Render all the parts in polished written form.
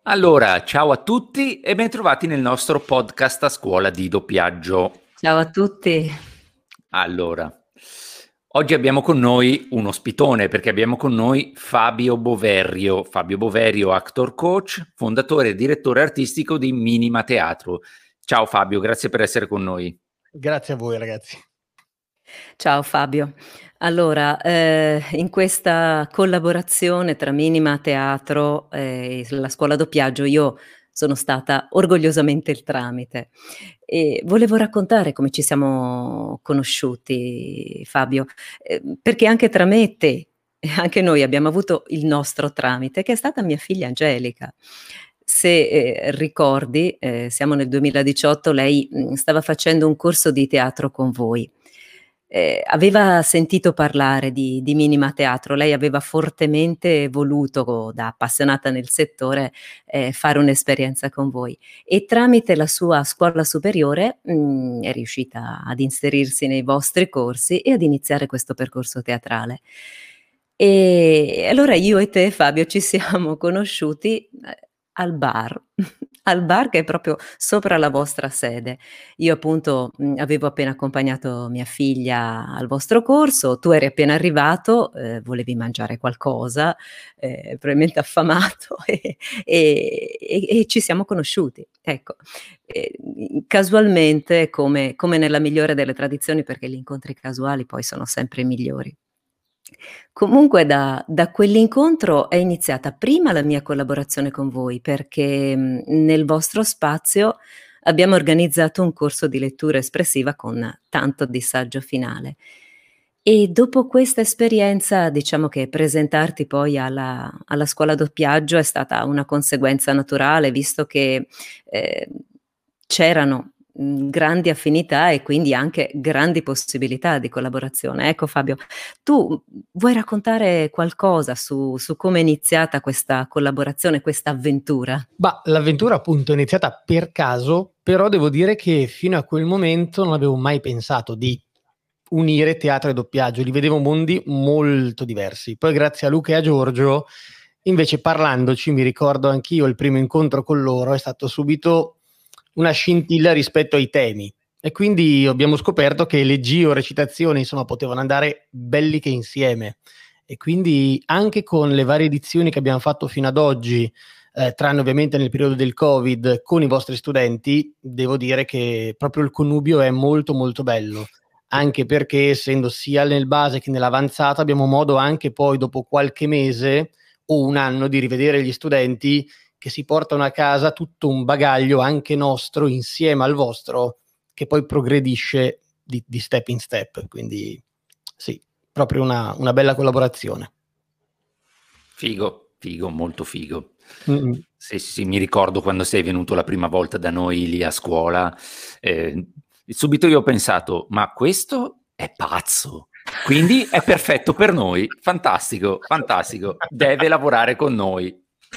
Allora, ciao a tutti e bentrovati nel nostro podcast a scuola di doppiaggio. Ciao a tutti. Allora, oggi abbiamo con noi un ospitone perché abbiamo con noi Fabio Boverio. Fabio Boverio, actor coach, fondatore e direttore artistico di Minima Teatro. Ciao Fabio, grazie per essere con noi. Grazie a voi ragazzi. Ciao Fabio. Allora, in questa collaborazione tra Minima Teatro e la scuola doppiaggio io sono stata orgogliosamente il tramite e volevo raccontare come ci siamo conosciuti, Fabio, perché anche tra me e te, anche noi abbiamo avuto il nostro tramite, che è stata mia figlia Angelica. Se, ricordi, siamo nel 2018, lei, stava facendo un corso di teatro con voi. Aveva sentito parlare di Minima Teatro, lei aveva fortemente voluto, da appassionata nel settore, fare un'esperienza con voi e tramite la sua scuola superiore, è riuscita ad inserirsi nei vostri corsi e ad iniziare questo percorso teatrale. E allora io e te, Fabio, ci siamo conosciuti, al bar, al bar che è proprio sopra la vostra sede. Io appunto, avevo appena accompagnato mia figlia al vostro corso, tu eri appena arrivato, volevi mangiare qualcosa, probabilmente affamato e ci siamo conosciuti. Ecco, casualmente come nella migliore delle tradizioni, perché gli incontri casuali poi sono sempre i migliori. Comunque da quell'incontro è iniziata prima la mia collaborazione con voi, perché, nel vostro spazio abbiamo organizzato un corso di lettura espressiva con tanto di saggio finale. E dopo questa esperienza, diciamo che presentarti poi alla scuola doppiaggio è stata una conseguenza naturale, visto che, ehm, c'erano, grandi affinità e quindi anche grandi possibilità di collaborazione. Ecco Fabio, tu vuoi raccontare qualcosa su come è iniziata questa collaborazione, questa avventura? L'avventura appunto è iniziata per caso, però devo dire che fino a quel momento non avevo mai pensato di unire teatro e doppiaggio, li vedevo mondi molto diversi. Poi grazie a Luca e a Giorgio, invece parlandoci, mi ricordo anch'io il primo incontro con loro, è stato subito una scintilla rispetto ai temi. E quindi abbiamo scoperto che leggio o recitazione, insomma, potevano andare belliche insieme. E quindi anche con le varie edizioni che abbiamo fatto fino ad oggi, tranne ovviamente nel periodo del Covid, con i vostri studenti, devo dire che proprio il connubio è molto molto bello. Anche perché essendo sia nel base che nell'avanzata abbiamo modo anche poi dopo qualche mese o un anno di rivedere gli studenti che si portano a casa tutto un bagaglio anche nostro insieme al vostro che poi progredisce di step in step, quindi sì, proprio una bella collaborazione. Figo, figo, molto figo. Mm-mm. Sì, mi ricordo quando sei venuto la prima volta da noi lì a scuola, subito io ho pensato, ma questo è pazzo, quindi è perfetto per noi, fantastico, fantastico, deve lavorare con noi.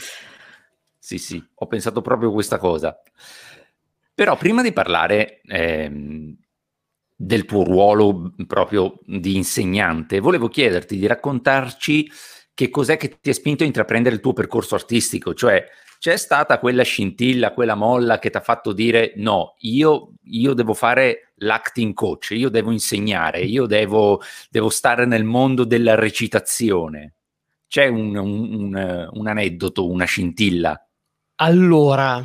Sì, ho pensato proprio questa cosa. Però prima di parlare del tuo ruolo proprio di insegnante, volevo chiederti di raccontarci che cos'è che ti ha spinto a intraprendere il tuo percorso artistico, cioè c'è stata quella scintilla, quella molla che ti ha fatto dire no, io devo fare l'acting coach, io devo insegnare, io devo stare nel mondo della recitazione. C'è un aneddoto, una scintilla? Allora,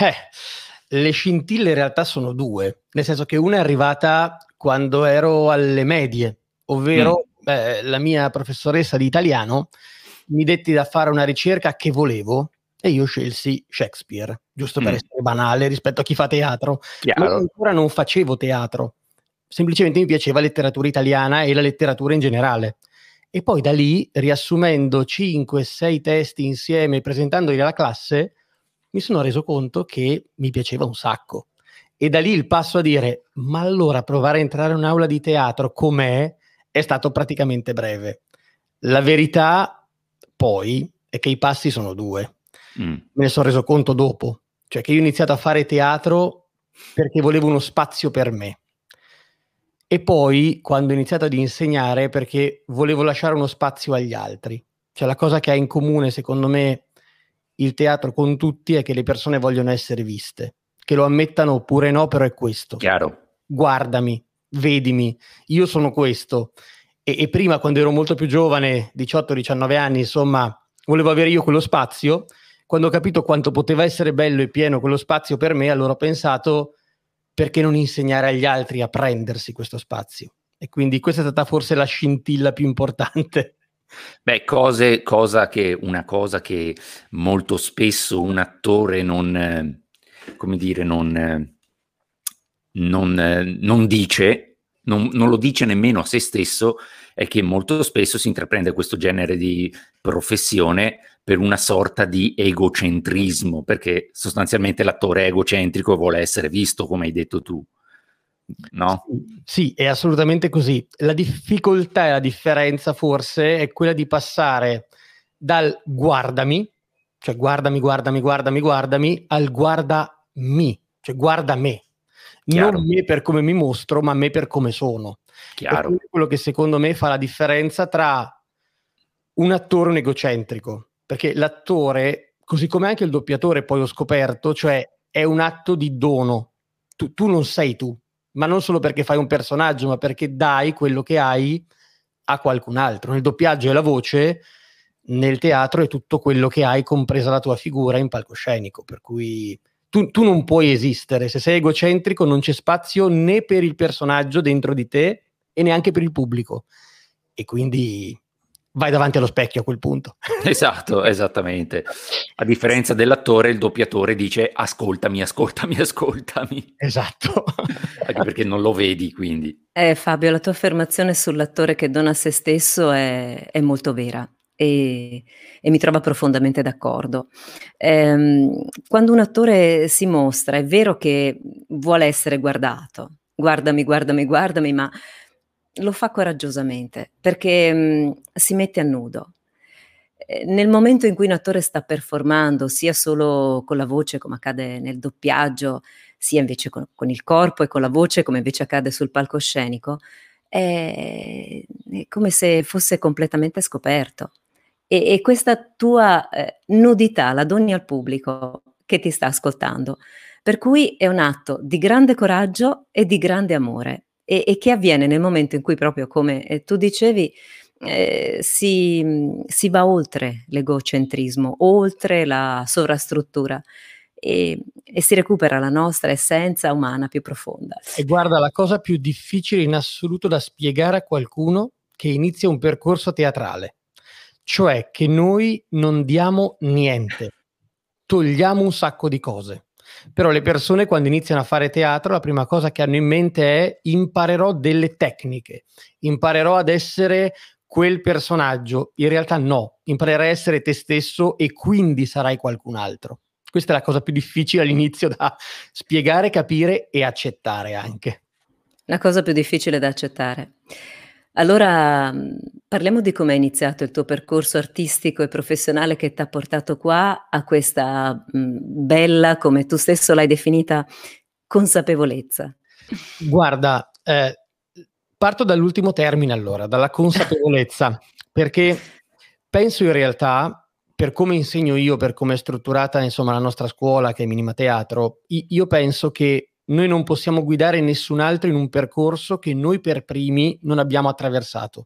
le scintille in realtà sono due, nel senso che una è arrivata quando ero alle medie, ovvero la mia professoressa di italiano mi detti da fare una ricerca che volevo e io scelsi Shakespeare, giusto per essere banale rispetto a chi fa teatro, ma io Chiaro. ancora non facevo teatro, semplicemente mi piaceva la letteratura italiana e la letteratura in generale. E poi da lì, riassumendo 5-6 testi insieme e presentandoli alla classe, mi sono reso conto che mi piaceva un sacco. E da lì il passo a dire, ma allora provare a entrare in un'aula di teatro com'è, è stato praticamente breve. La verità, poi, è che i passi sono due. Me ne sono reso conto dopo. Cioè che io ho iniziato a fare teatro perché volevo uno spazio per me. E poi, quando ho iniziato ad insegnare, perché volevo lasciare uno spazio agli altri. Cioè la cosa che ha in comune, secondo me, il teatro con tutti è che le persone vogliono essere viste, che lo ammettano oppure no, però è questo. Chiaro. Guardami, vedimi, io sono questo. E prima, quando ero molto più giovane, 18-19 anni, insomma, volevo avere io quello spazio. Quando ho capito quanto poteva essere bello e pieno quello spazio per me, allora ho pensato, perché non insegnare agli altri a prendersi questo spazio? E quindi questa è stata forse la scintilla più importante. Beh, una cosa che molto spesso un attore come dire, non dice, non lo dice nemmeno a se stesso, è che molto spesso si intraprende questo genere di professione per una sorta di egocentrismo, perché sostanzialmente l'attore è egocentrico e vuole essere visto, come hai detto tu, no? Sì, è assolutamente così. La difficoltà e la differenza forse è quella di passare dal guardami, cioè guardami, al guardami, cioè guarda me. Chiaro. Non me per come mi mostro, ma me per come sono. Chiaro. E quello che secondo me fa la differenza tra un attore e un egocentrico, perché l'attore, così come anche il doppiatore, poi ho scoperto, cioè è un atto di dono. Tu non sei tu, ma non solo perché fai un personaggio, ma perché dai quello che hai a qualcun altro. Nel doppiaggio è la voce, nel teatro è tutto quello che hai, compresa la tua figura in palcoscenico, per cui tu non puoi esistere. Se sei egocentrico non c'è spazio né per il personaggio dentro di te e neanche per il pubblico. E quindi vai davanti allo specchio a quel punto. Esatto, esattamente. A differenza dell'attore, il doppiatore dice ascoltami. Esatto. Anche perché non lo vedi, quindi. Fabio, la tua affermazione sull'attore che dona a se stesso è molto vera e mi trova profondamente d'accordo. Quando un attore si mostra, è vero che vuole essere guardato, guardami, ma lo fa coraggiosamente perché si mette a nudo. Nel momento in cui un attore sta performando, sia solo con la voce come accade nel doppiaggio, sia invece con il corpo e con la voce come invece accade sul palcoscenico, è come se fosse completamente scoperto. E questa tua nudità la doni al pubblico che ti sta ascoltando. Per cui è un atto di grande coraggio e di grande amore e che avviene nel momento in cui proprio come tu dicevi si va oltre l'egocentrismo, oltre la sovrastruttura e si recupera la nostra essenza umana più profonda. E guarda, la cosa più difficile in assoluto da spiegare a qualcuno che inizia un percorso teatrale, cioè che noi non diamo niente, togliamo un sacco di cose. Però le persone quando iniziano a fare teatro la prima cosa che hanno in mente è imparerò delle tecniche, imparerò ad essere quel personaggio. In realtà no, imparerai a essere te stesso e quindi sarai qualcun altro. Questa è la cosa più difficile all'inizio da spiegare, capire e accettare anche. La cosa più difficile da accettare. Allora, parliamo di come è iniziato il tuo percorso artistico e professionale che t'ha portato qua a questa, bella, come tu stesso l'hai definita, consapevolezza. Guarda, parto dall'ultimo termine allora, dalla consapevolezza, perché penso in realtà, per come insegno io, per come è strutturata insomma la nostra scuola che è Minima Teatro, io penso che noi non possiamo guidare nessun altro in un percorso che noi per primi non abbiamo attraversato,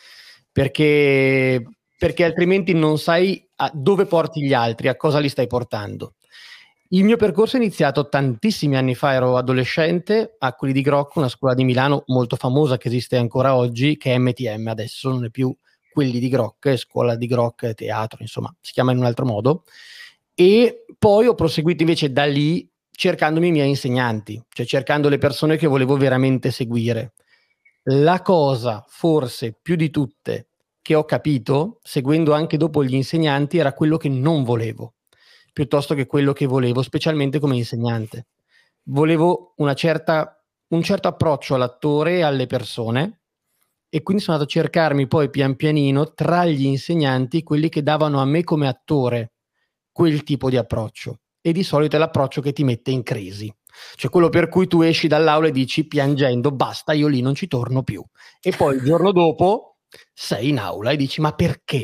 perché altrimenti non sai a dove porti gli altri, a cosa li stai portando. Il mio percorso è iniziato tantissimi anni fa, ero adolescente a Quelli di Grocco, una scuola di Milano molto famosa che esiste ancora oggi, che è MTM, adesso non è più Quelli di Grocco, è Scuola di Grocco Teatro, insomma, si chiama in un altro modo. E poi ho proseguito invece da lì cercandomi i miei insegnanti, cioè cercando le persone che volevo veramente seguire. La cosa, forse più di tutte, che ho capito, seguendo anche dopo gli insegnanti, era quello che non volevo, piuttosto che quello che volevo, specialmente come insegnante. Volevo un certo approccio all'attore e alle persone, e quindi sono andato a cercarmi poi pian pianino tra gli insegnanti quelli che davano a me come attore quel tipo di approccio. E di solito è l'approccio che ti mette in crisi, cioè quello per cui tu esci dall'aula e dici piangendo basta, io lì non ci torno più, e poi il giorno dopo sei in aula e dici ma perché?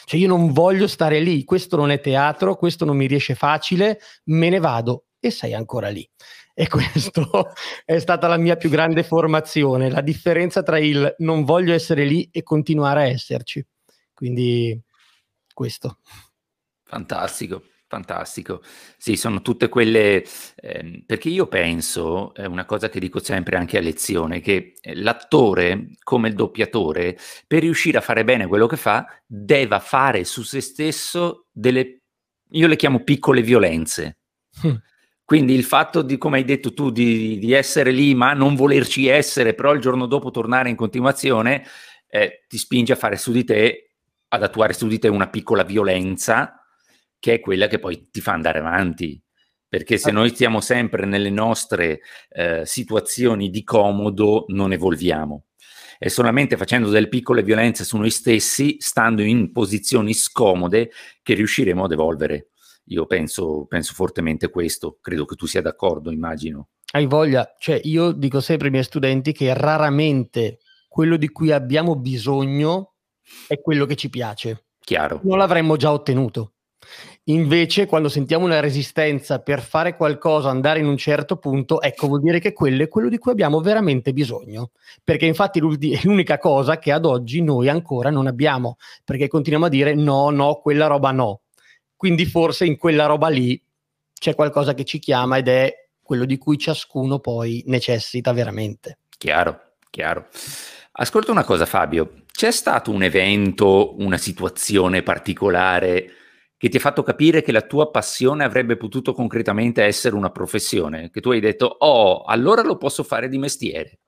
Cioè io non voglio stare lì, questo non è teatro, questo non mi riesce facile, me ne vado e sei ancora lì. E questo è stata la mia più grande formazione, la differenza tra il non voglio essere lì e continuare a esserci. Quindi questo. Fantastico, fantastico. Sì, sono tutte quelle, perché io penso, è una cosa che dico sempre anche a lezione, che l'attore, come il doppiatore, per riuscire a fare bene quello che fa, deve fare su se stesso delle, io le chiamo piccole violenze. Quindi il fatto di, come hai detto tu, di essere lì ma non volerci essere, però il giorno dopo tornare in continuazione, ti spinge a fare su di te, ad attuare su di te una piccola violenza, che è quella che poi ti fa andare avanti. Perché se noi stiamo sempre nelle nostre situazioni di comodo, non evolviamo. È solamente facendo delle piccole violenze su noi stessi, stando in posizioni scomode, che riusciremo ad evolvere. Io penso fortemente questo, credo che tu sia d'accordo, immagino. Hai voglia, cioè io dico sempre ai miei studenti che raramente quello di cui abbiamo bisogno è quello che ci piace. Chiaro. Non l'avremmo già ottenuto. Invece quando sentiamo una resistenza per fare qualcosa, andare in un certo punto, ecco, vuol dire che quello è quello di cui abbiamo veramente bisogno. Perché infatti è l'unica cosa che ad oggi noi ancora non abbiamo, perché continuiamo a dire no, no, quella roba no. Quindi forse in quella roba lì c'è qualcosa che ci chiama ed è quello di cui ciascuno poi necessita veramente. Chiaro, chiaro. Ascolta una cosa, Fabio, c'è stato un evento, una situazione particolare che ti ha fatto capire che la tua passione avrebbe potuto concretamente essere una professione? Che tu hai detto, oh, allora lo posso fare di mestiere.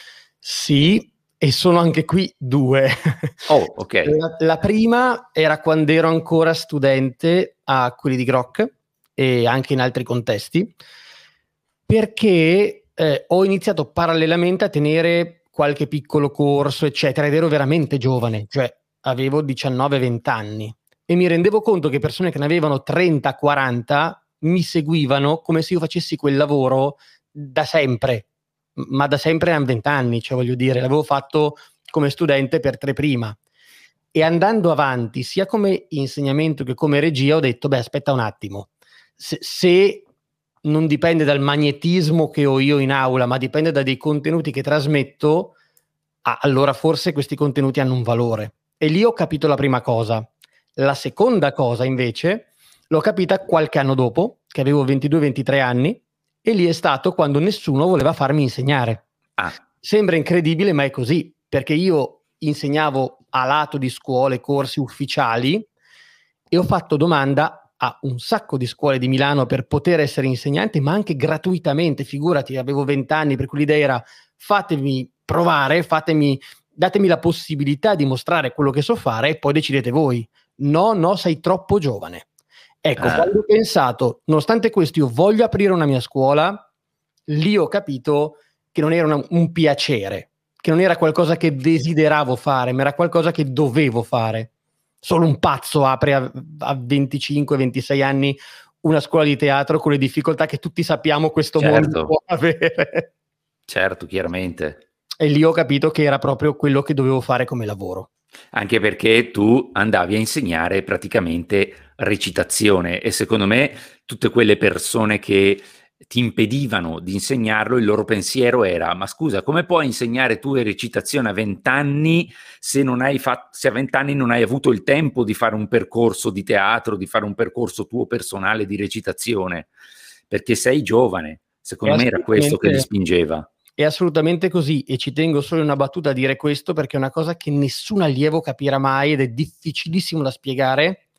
Sì, e sono anche qui due. Oh, ok. La prima era quando ero ancora studente a quelli di Groc e anche in altri contesti, perché ho iniziato parallelamente a tenere qualche piccolo corso, eccetera, ed ero veramente giovane, cioè avevo 19-20 anni e mi rendevo conto che persone che ne avevano 30-40 mi seguivano come se io facessi quel lavoro da sempre, ma da sempre a 20 anni, cioè voglio dire, l'avevo fatto come studente per 3 prima. E andando avanti, sia come insegnamento che come regia, ho detto, beh, aspetta un attimo, se non dipende dal magnetismo che ho io in aula, ma dipende da dei contenuti che trasmetto, allora forse questi contenuti hanno un valore. E lì ho capito la prima cosa. La seconda cosa, invece, l'ho capita qualche anno dopo, che avevo 22-23 anni, e lì è stato quando nessuno voleva farmi insegnare. Sembra incredibile, ma è così, perché io insegnavo a lato di scuole, corsi ufficiali, e ho fatto domanda a un sacco di scuole di Milano per poter essere insegnante, ma anche gratuitamente, figurati, avevo 20 anni, per cui l'idea era fatemi provare, datemi la possibilità di mostrare quello che so fare e poi decidete voi. No, sei troppo giovane. Ecco, quando ho pensato, nonostante questo io voglio aprire una mia scuola, lì ho capito che non era un piacere, che non era qualcosa che desideravo fare, ma era qualcosa che dovevo fare. Solo un pazzo apre a 25-26 anni una scuola di teatro con le difficoltà che tutti sappiamo questo mondo può avere. Certo, chiaramente. E lì ho capito che era proprio quello che dovevo fare come lavoro. Anche perché tu andavi a insegnare praticamente recitazione e secondo me tutte quelle persone che ti impedivano di insegnarlo, il loro pensiero era: ma scusa, come puoi insegnare tu recitazione a 20 anni se a 20 anni non hai avuto il tempo di fare un percorso di teatro, di fare un percorso tuo personale di recitazione? Perché sei giovane. Secondo me era questo che li spingeva. È assolutamente così, e ci tengo solo in una battuta a dire questo perché è una cosa che nessun allievo capirà mai ed è difficilissimo da spiegare.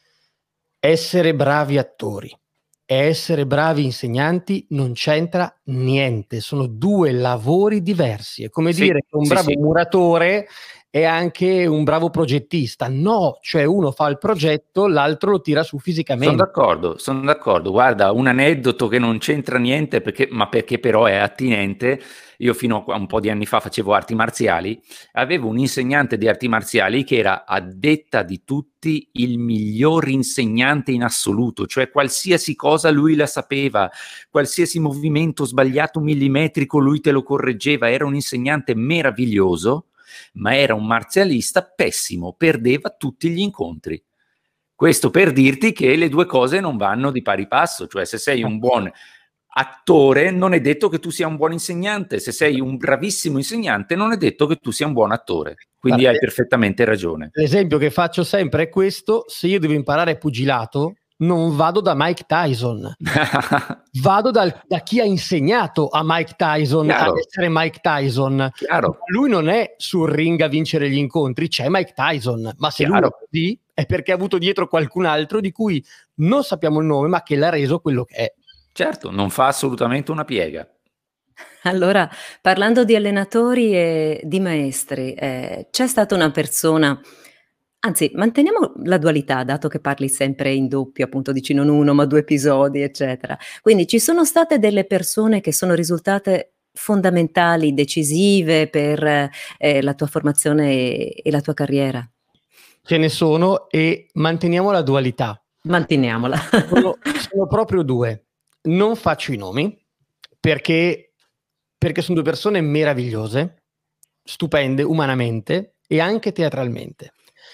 Essere bravi attori e essere bravi insegnanti non c'entra niente, sono due lavori diversi. È come dire che un bravo muratore è anche un bravo progettista. No, cioè uno fa il progetto, l'altro lo tira su fisicamente. Sono d'accordo. Guarda, un aneddoto che non c'entra niente, ma perché però è attinente. Io fino a un po' di anni fa facevo arti marziali, avevo un insegnante di arti marziali che era, a detta di tutti, il miglior insegnante in assoluto, cioè qualsiasi cosa lui la sapeva, qualsiasi movimento sbagliato millimetrico lui te lo correggeva, era un insegnante meraviglioso. ma era un marzialista pessimo, perdeva tutti gli incontri. Questo per dirti che le due cose non vanno di pari passo, cioè se sei un buon attore non è detto che tu sia un buon insegnante, se sei un bravissimo insegnante non è detto che tu sia un buon attore, quindi Guarda, hai perfettamente ragione. L'esempio che faccio sempre è questo: se io devo imparare pugilato non vado da Mike Tyson, vado da chi ha insegnato a Mike Tyson ad essere Mike Tyson. Chiaro. Lui non è sul ring a vincere gli incontri, c'è Mike Tyson, ma se lui è così è perché ha avuto dietro qualcun altro di cui non sappiamo il nome ma che l'ha reso quello che è. Certo, non fa assolutamente una piega. Allora, parlando di allenatori e di maestri, c'è stata una persona, anzi, manteniamo la dualità, dato che parli sempre in doppio, appunto dici non uno ma 2 episodi, eccetera. Quindi ci sono state delle persone che sono risultate fondamentali, decisive per la tua formazione e la tua carriera? Ce ne sono, e manteniamo la dualità. Manteniamola. Sono proprio due. Non faccio i nomi perché sono due persone meravigliose, stupende umanamente e anche teatralmente.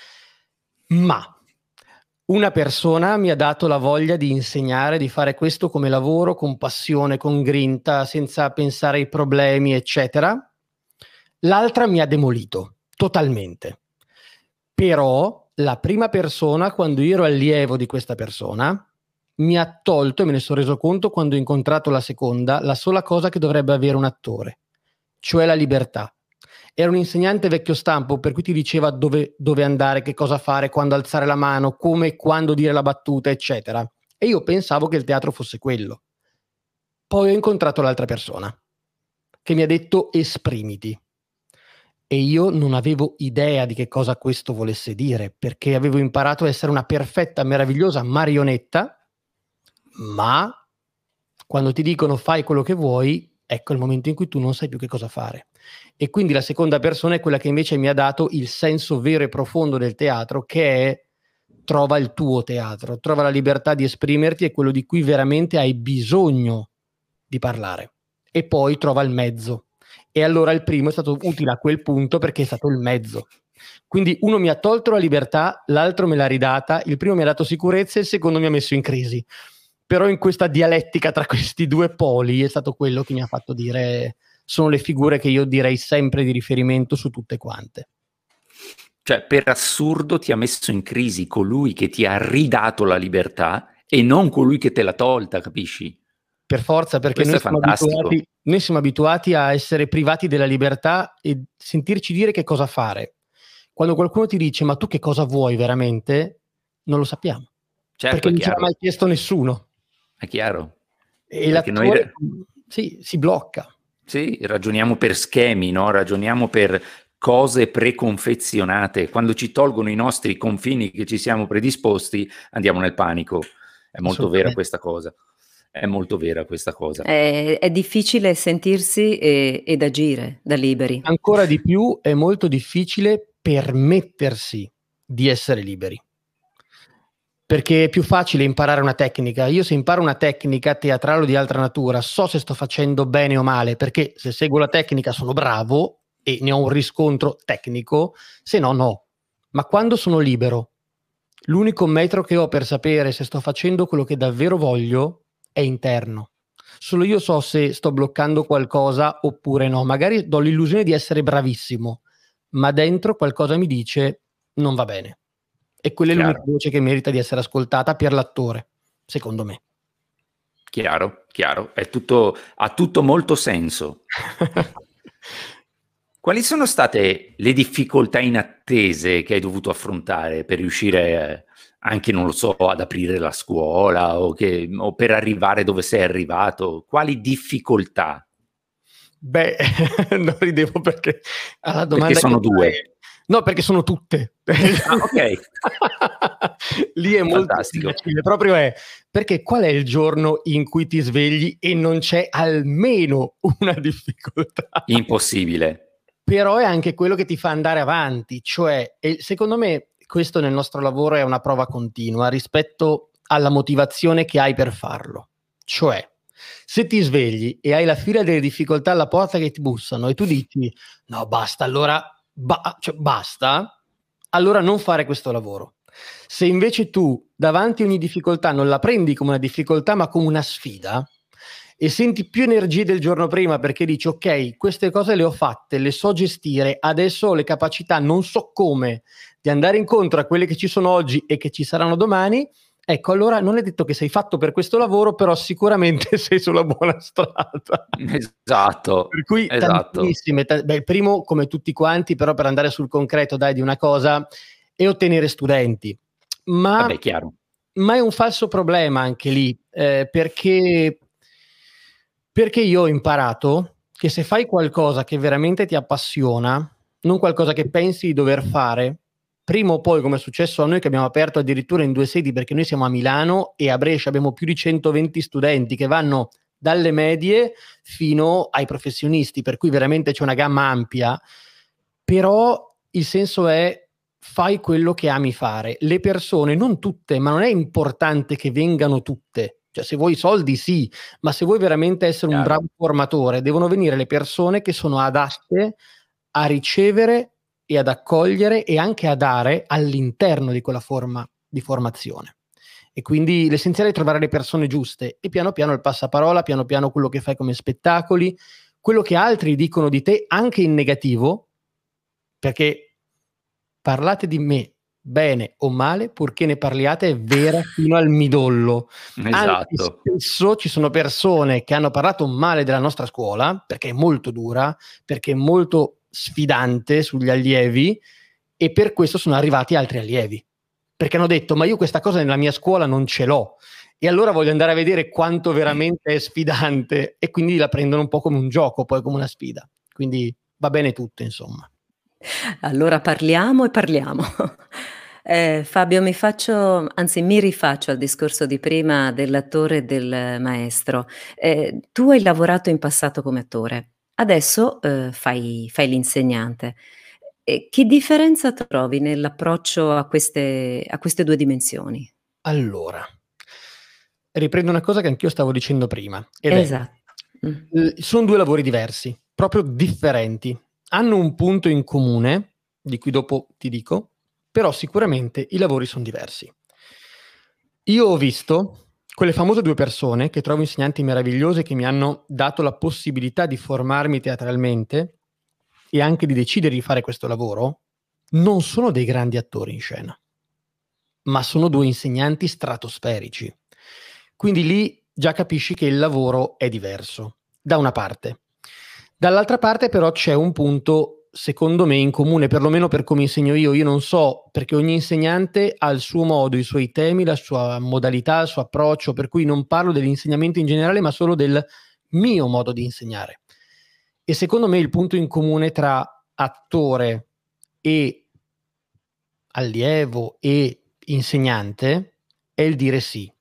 Ma una persona mi ha dato la voglia di insegnare, di fare questo come lavoro, con passione, con grinta, senza pensare ai problemi, eccetera. L'altra mi ha demolito totalmente. Però la prima persona, quando io ero allievo di questa persona, mi ha tolto, e me ne sono reso conto quando ho incontrato la seconda, la sola cosa che dovrebbe avere un attore, cioè la libertà. Era un insegnante vecchio stampo, per cui ti diceva dove andare, che cosa fare, quando alzare la mano, come e quando dire la battuta, eccetera. E io pensavo che il teatro fosse quello. Poi ho incontrato l'altra persona che mi ha detto esprimiti. E io non avevo idea di che cosa questo volesse dire, perché avevo imparato a essere una perfetta, meravigliosa marionetta, ma quando ti dicono fai quello che vuoi, ecco il momento in cui tu non sai più che cosa fare. E quindi la seconda persona è quella che invece mi ha dato il senso vero e profondo del teatro, che è: trova il tuo teatro, trova la libertà di esprimerti, è quello di cui veramente hai bisogno di parlare, e poi trova il mezzo. E allora il primo è stato utile a quel punto perché è stato il mezzo. Quindi uno mi ha tolto la libertà, l'altro me l'ha ridata, il primo mi ha dato sicurezza e il secondo mi ha messo in crisi. Però in questa dialettica tra questi due poli è stato quello che mi ha fatto dire: sono le figure che io direi sempre di riferimento su tutte quante. Cioè, per assurdo ti ha messo in crisi colui che ti ha ridato la libertà e non colui che te l'ha tolta, capisci? Per forza, perché noi siamo abituati a essere privati della libertà e sentirci dire che cosa fare. Quando qualcuno ti dice ma tu che cosa vuoi veramente, non lo sappiamo. Certo, perché non ce l'ha mai chiesto nessuno. È chiaro. E l'attore si blocca. Sì, ragioniamo per schemi, no? Ragioniamo per cose preconfezionate. Quando ci tolgono i nostri confini che ci siamo predisposti, andiamo nel panico. È molto vera questa cosa. È molto vera questa cosa. È difficile sentirsi ed agire da liberi. Ancora di più è molto difficile permettersi di essere liberi. Perché è più facile imparare una tecnica. Io, se imparo una tecnica teatrale o di altra natura, so se sto facendo bene o male, perché se seguo la tecnica sono bravo e ne ho un riscontro tecnico, se no no. Ma quando sono libero, l'unico metro che ho per sapere se sto facendo quello che davvero voglio è interno. Solo io so se sto bloccando qualcosa oppure no. Magari do l'illusione di essere bravissimo, ma dentro qualcosa mi dice non va bene. E quella è l'unica voce che merita di essere ascoltata per l'attore, secondo me. Chiaro. Ha tutto molto senso. Quali sono state le difficoltà inattese che hai dovuto affrontare per riuscire anche, non lo so, ad aprire la scuola o per arrivare dove sei arrivato? Quali difficoltà? Beh, non ridevo perché alla domanda perché sono due. No, perché sono tutte. Ok. Lì è molto difficile. Proprio è perché qual è il giorno in cui ti svegli e non c'è almeno una difficoltà? Impossibile. Però è anche quello che ti fa andare avanti. Cioè, secondo me questo nel nostro lavoro è una prova continua rispetto alla motivazione che hai per farlo. Cioè, se ti svegli e hai la fila delle difficoltà alla porta che ti bussano e tu dici no basta, allora cioè, basta, allora non fare questo lavoro. Se invece tu davanti a ogni difficoltà non la prendi come una difficoltà ma come una sfida e senti più energie del giorno prima perché dici ok, queste cose le ho fatte, le so gestire, adesso ho le capacità, non so come, di andare incontro a quelle che ci sono oggi e che ci saranno domani, ecco, allora non è detto che sei fatto per questo lavoro, però sicuramente sei sulla buona strada. Esatto. Per cui tantissime, il primo come tutti quanti, però per andare sul concreto di una cosa, è ottenere studenti. Ma, vabbè, chiaro. Ma è un falso problema anche lì, perché io ho imparato che se fai qualcosa che veramente ti appassiona, non qualcosa che pensi di dover fare, prima o poi, come è successo a noi che abbiamo aperto addirittura in 2 sedi, perché noi siamo a Milano e a Brescia abbiamo più di 120 studenti che vanno dalle medie fino ai professionisti, per cui veramente c'è una gamma ampia, però il senso è fai quello che ami fare. Le persone, non tutte, ma non è importante che vengano tutte, cioè se vuoi soldi sì, ma se vuoi veramente essere un bravo formatore, devono venire le persone che sono adatte a ricevere e ad accogliere e anche a dare all'interno di quella forma di formazione. E quindi l'essenziale è trovare le persone giuste e piano piano il passaparola, piano piano quello che fai come spettacoli, quello che altri dicono di te anche in negativo, perché parlate di me bene o male, purché ne parliate è vera fino al midollo. Esatto. Anche spesso ci sono persone che hanno parlato male della nostra scuola, perché è molto dura, perché è molto sfidante sugli allievi, e per questo sono arrivati altri allievi, perché hanno detto ma io questa cosa nella mia scuola non ce l'ho e allora voglio andare a vedere quanto veramente è sfidante, e quindi la prendono un po' come un gioco, poi come una sfida, quindi va bene tutto, insomma. Allora parliamo e parliamo. Fabio, mi rifaccio al discorso di prima dell'attore e del maestro. Tu hai lavorato in passato come attore, adesso fai l'insegnante. Che differenza trovi nell'approccio a queste 2 dimensioni? Allora, riprendo una cosa che anch'io stavo dicendo prima, ed Esatto. sono 2 lavori diversi, proprio differenti. Hanno un punto in comune, di cui dopo ti dico, però sicuramente i lavori sono diversi. Io ho visto quelle famose 2 persone che trovo insegnanti meravigliose che mi hanno dato la possibilità di formarmi teatralmente e anche di decidere di fare questo lavoro, non sono dei grandi attori in scena, ma sono 2 insegnanti stratosferici. Quindi lì già capisci che il lavoro è diverso, da una parte. Dall'altra parte però c'è un punto, secondo me, in comune, perlomeno per come insegno io. Io non so, perché ogni insegnante ha il suo modo, i suoi temi, la sua modalità, il suo approccio, per cui non parlo dell'insegnamento in generale, ma solo del mio modo di insegnare. E secondo me il punto in comune tra attore e allievo e insegnante è il dire sì.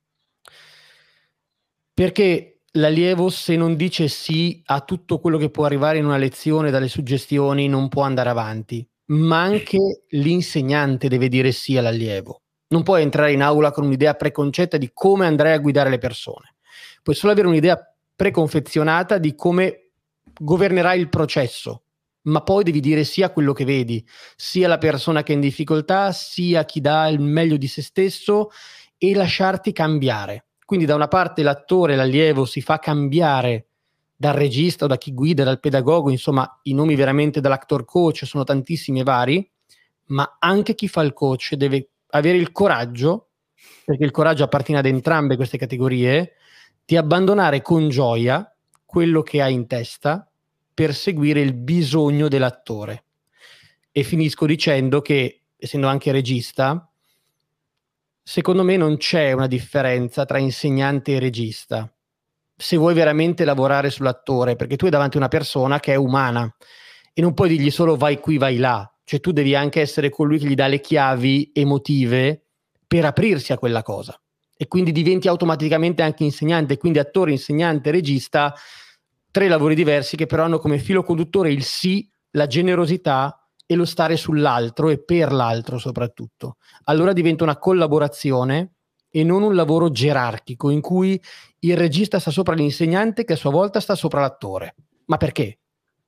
Perché l'allievo, se non dice sì a tutto quello che può arrivare in una lezione dalle suggestioni, non può andare avanti, ma anche l'insegnante deve dire sì all'allievo. Non puoi entrare in aula con un'idea preconcetta di come andrai a guidare le persone. Puoi solo avere un'idea preconfezionata di come governerai il processo, ma poi devi dire sì a quello che vedi, sia alla persona che è in difficoltà, sia a chi dà il meglio di se stesso, e lasciarti cambiare. Quindi da una parte l'attore, l'allievo si fa cambiare dal regista o da chi guida, dal pedagogo, insomma i nomi veramente dall'actor coach sono tantissimi e vari, ma anche chi fa il coach deve avere il coraggio, perché il coraggio appartiene ad entrambe queste categorie, di abbandonare con gioia quello che ha in testa per seguire il bisogno dell'attore. E finisco dicendo che, essendo anche regista, secondo me non c'è una differenza tra insegnante e regista, se vuoi veramente lavorare sull'attore, perché tu hai davanti una persona che è umana e non puoi dirgli solo vai qui, vai là, cioè tu devi anche essere colui che gli dà le chiavi emotive per aprirsi a quella cosa, e quindi diventi automaticamente anche insegnante, quindi attore, insegnante, regista, 3 lavori diversi che però hanno come filo conduttore il sì, la generosità e lo stare sull'altro e per l'altro soprattutto. Allora diventa una collaborazione e non un lavoro gerarchico in cui il regista sta sopra l'insegnante che a sua volta sta sopra l'attore. Ma perché?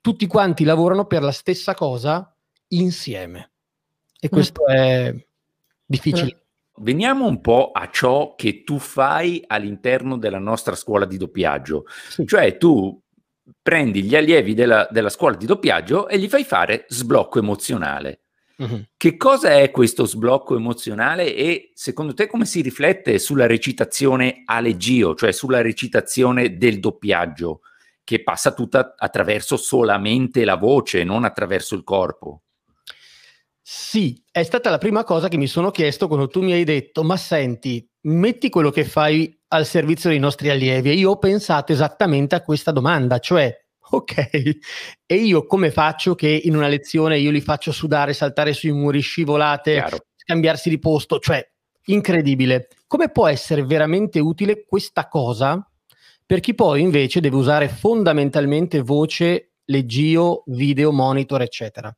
tutti quanti lavorano per la stessa cosa insieme. E questo è difficile. Veniamo un po' a ciò che tu fai all'interno della nostra scuola di doppiaggio. Sì. Cioè tu prendi gli allievi della scuola di doppiaggio e gli fai fare sblocco emozionale. Che cosa è questo sblocco emozionale e secondo te come si riflette sulla recitazione a leggio, cioè sulla recitazione del doppiaggio, che passa tutta attraverso solamente la voce, non attraverso il corpo? Sì, è stata la prima cosa che mi sono chiesto quando tu mi hai detto: ma senti, metti quello che fai al servizio dei nostri allievi. E io ho pensato esattamente a questa domanda, cioè, ok, e io come faccio che in una lezione io li faccio sudare, saltare sui muri, scivolate, Chiaro. scambiarsi di posto, cioè, incredibile. Come può essere veramente utile questa cosa per chi poi invece deve usare fondamentalmente voce, leggio, video, monitor, eccetera?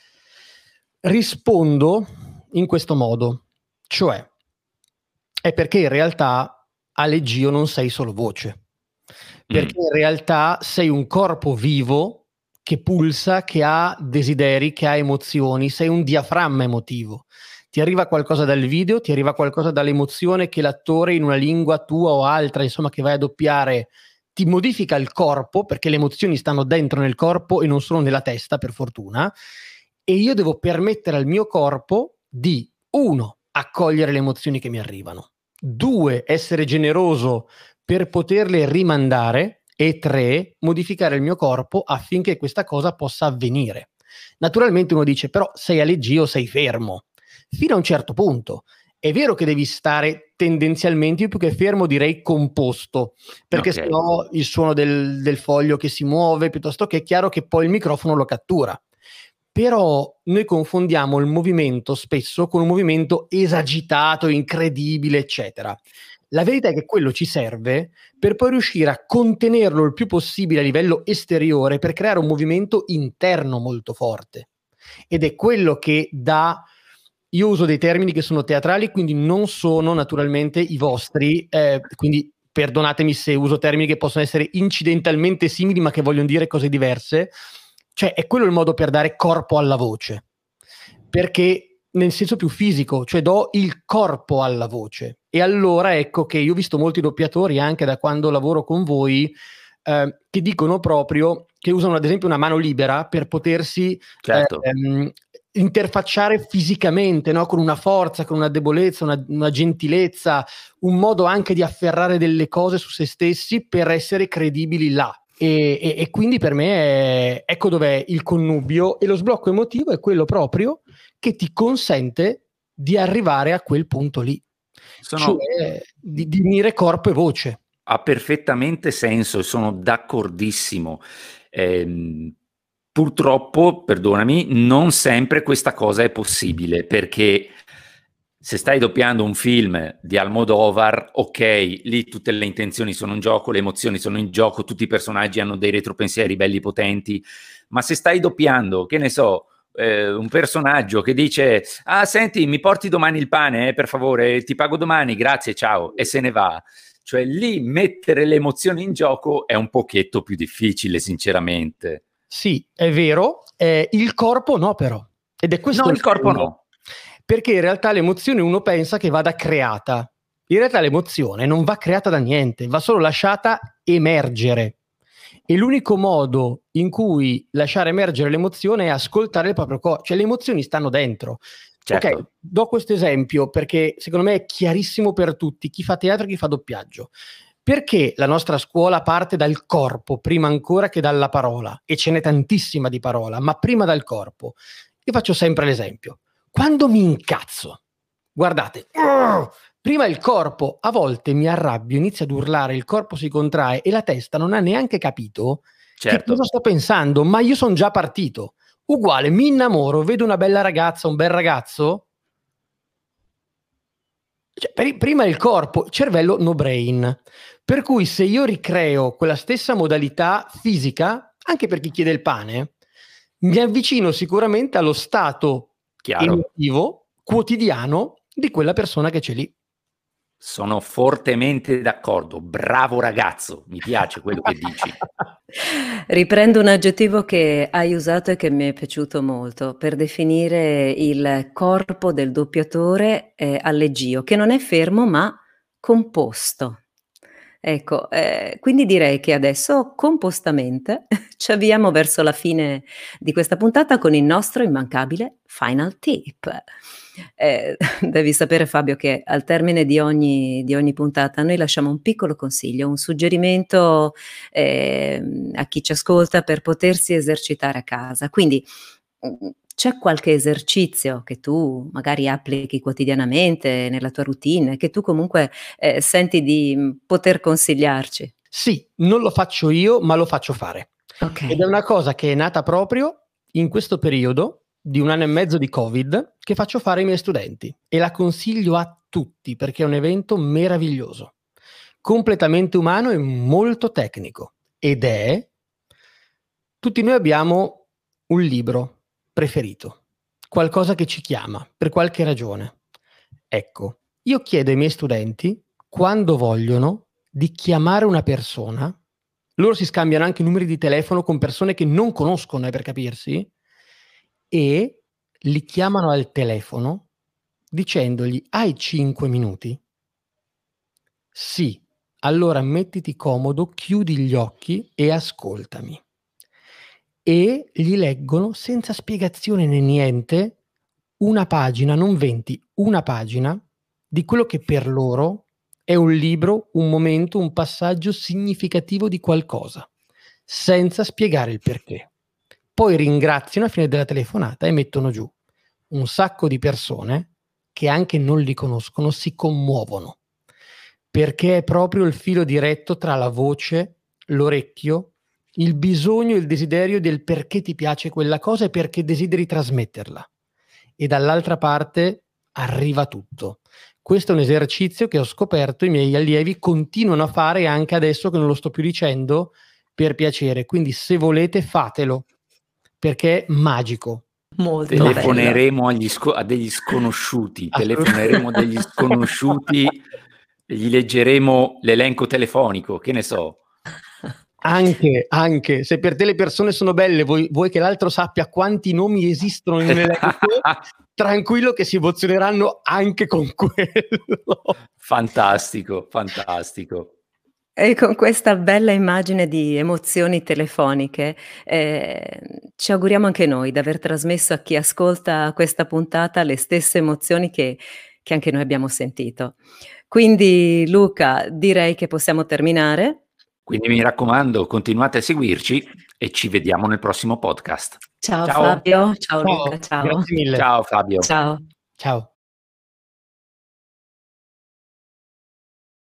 Rispondo in questo modo, cioè è perché in realtà a leggio non sei solo voce, perché in realtà sei un corpo vivo che pulsa, che ha desideri, che ha emozioni, sei un diaframma emotivo. Ti arriva qualcosa dal video, ti arriva qualcosa dall'emozione che l'attore in una lingua tua o altra, insomma, che vai a doppiare, ti modifica il corpo, perché le emozioni stanno dentro nel corpo e non solo nella testa, per fortuna. E io devo permettere al mio corpo di, 1, accogliere le emozioni che mi arrivano, 2, essere generoso per poterle rimandare, e 3, modificare il mio corpo affinché questa cosa possa avvenire. Naturalmente uno dice, però sei a leggio, sei fermo. Fino a un certo punto. È vero che devi stare tendenzialmente, io più che fermo direi composto, perché sennò il suono del foglio che si muove, piuttosto che è chiaro che poi il microfono lo cattura. Però noi confondiamo il movimento spesso con un movimento esagitato, incredibile, eccetera. La verità è che quello ci serve per poi riuscire a contenerlo il più possibile a livello esteriore per creare un movimento interno molto forte. Ed è quello che dà... Io uso dei termini che sono teatrali, quindi non sono naturalmente i vostri, quindi perdonatemi se uso termini che possono essere incidentalmente simili ma che vogliono dire cose diverse. Cioè è quello il modo per dare corpo alla voce, perché nel senso più fisico, cioè do il corpo alla voce. E allora ecco che io ho visto molti doppiatori anche da quando lavoro con voi che dicono proprio che usano ad esempio una mano libera per potersi interfacciare fisicamente, no? Con una forza, con una debolezza, una gentilezza, un modo anche di afferrare delle cose su se stessi per essere credibili là. E quindi per me ecco dov'è il connubio, e lo sblocco emotivo è quello proprio che ti consente di arrivare a quel punto lì, cioè di unire corpo e voce. Ha perfettamente senso e sono d'accordissimo. Purtroppo, perdonami, non sempre questa cosa è possibile, perché se stai doppiando un film di Almodovar, ok, lì tutte le intenzioni sono in gioco, le emozioni sono in gioco, tutti i personaggi hanno dei retropensieri belli potenti, ma se stai doppiando, che ne so, un personaggio che dice: ah, senti, mi porti domani il pane, per favore, ti pago domani, grazie, ciao, e se ne va. Cioè lì mettere le emozioni in gioco è un pochetto più difficile, sinceramente. Sì, è vero, il corpo no però. Ed è questo no, il corpo no. Perché in realtà l'emozione uno pensa che vada creata. In realtà l'emozione non va creata da niente, va solo lasciata emergere. E l'unico modo in cui lasciare emergere l'emozione è ascoltare il proprio corpo. Cioè le emozioni stanno dentro. Certo. Ok, do questo esempio perché secondo me è chiarissimo per tutti, chi fa teatro e chi fa doppiaggio. Perché la nostra scuola parte dal corpo prima ancora che dalla parola, e ce n'è tantissima di parola, ma prima dal corpo. Io faccio sempre l'esempio. Quando mi incazzo, guardate, prima il corpo, a volte mi arrabbio, inizia ad urlare, il corpo si contrae e la testa non ha neanche capito che cosa sto pensando, ma io sono già partito. Uguale, mi innamoro, vedo una bella ragazza, un bel ragazzo, cioè, prima il corpo, cervello no brain. Per cui se io ricreo quella stessa modalità fisica, anche per chi chiede il pane, mi avvicino sicuramente allo stato emotivo quotidiano di quella persona che c'è lì. Sono fortemente d'accordo, bravo ragazzo, mi piace quello che dici. Riprendo un aggettivo che hai usato e che mi è piaciuto molto per definire il corpo del doppiatore alleggio, che non è fermo ma composto. Ecco, quindi direi che adesso compostamente ci avviamo verso la fine di questa puntata con il nostro immancabile final tip. Devi sapere Fabio che al termine di ogni puntata noi lasciamo un piccolo consiglio, un suggerimento, a chi ci ascolta per potersi esercitare a casa. Quindi, c'è qualche esercizio che tu magari applichi quotidianamente nella tua routine, che tu comunque, senti di, poter consigliarci? Sì, non lo faccio io, ma lo faccio fare. Ed è Okay. una cosa che è nata proprio in questo periodo di 1 anno e mezzo di Covid che faccio fare ai miei studenti e la consiglio a tutti perché è un evento meraviglioso, completamente umano e molto tecnico ed è tutti noi abbiamo un libro preferito, qualcosa che ci chiama per qualche ragione. Ecco, io chiedo ai miei studenti, quando vogliono, di chiamare una persona, loro si scambiano anche numeri di telefono con persone che non conoscono, per capirsi, e li chiamano al telefono dicendogli: "Hai 5 minuti?" "Sì." "Allora mettiti comodo, chiudi gli occhi e ascoltami." E gli leggono senza spiegazione né niente una pagina, non 20, una pagina di quello che per loro è un libro, un momento, un passaggio significativo di qualcosa, senza spiegare il perché. Poi ringraziano a fine della telefonata e mettono giù. Un sacco di persone che anche non li conoscono si commuovono, perché è proprio il filo diretto tra la voce, l'orecchio, il bisogno e il desiderio del perché ti piace quella cosa e perché desideri trasmetterla. E dall'altra parte arriva tutto. Questo è un esercizio che ho scoperto i miei allievi continuano a fare anche adesso che non lo sto più dicendo per piacere. Quindi se volete fatelo, perché è magico. Molto bello. Telefoneremo a degli sconosciuti, telefoneremo a degli sconosciuti e gli leggeremo l'elenco telefonico, che ne so. Anche se per te le persone sono belle, vuoi che l'altro sappia quanti nomi esistono in un elenco, tranquillo che si emozioneranno anche con quello. Fantastico, fantastico. E con questa bella immagine di emozioni telefoniche, ci auguriamo anche noi di aver trasmesso a chi ascolta questa puntata le stesse emozioni che anche noi abbiamo sentito. Quindi Luca, direi che possiamo terminare. Quindi mi raccomando, continuate a seguirci e ci vediamo nel prossimo podcast. Ciao Ciao. Fabio, ciao Ciao, Luca, ciao. grazie mille. Ciao Fabio. Ciao. Ciao.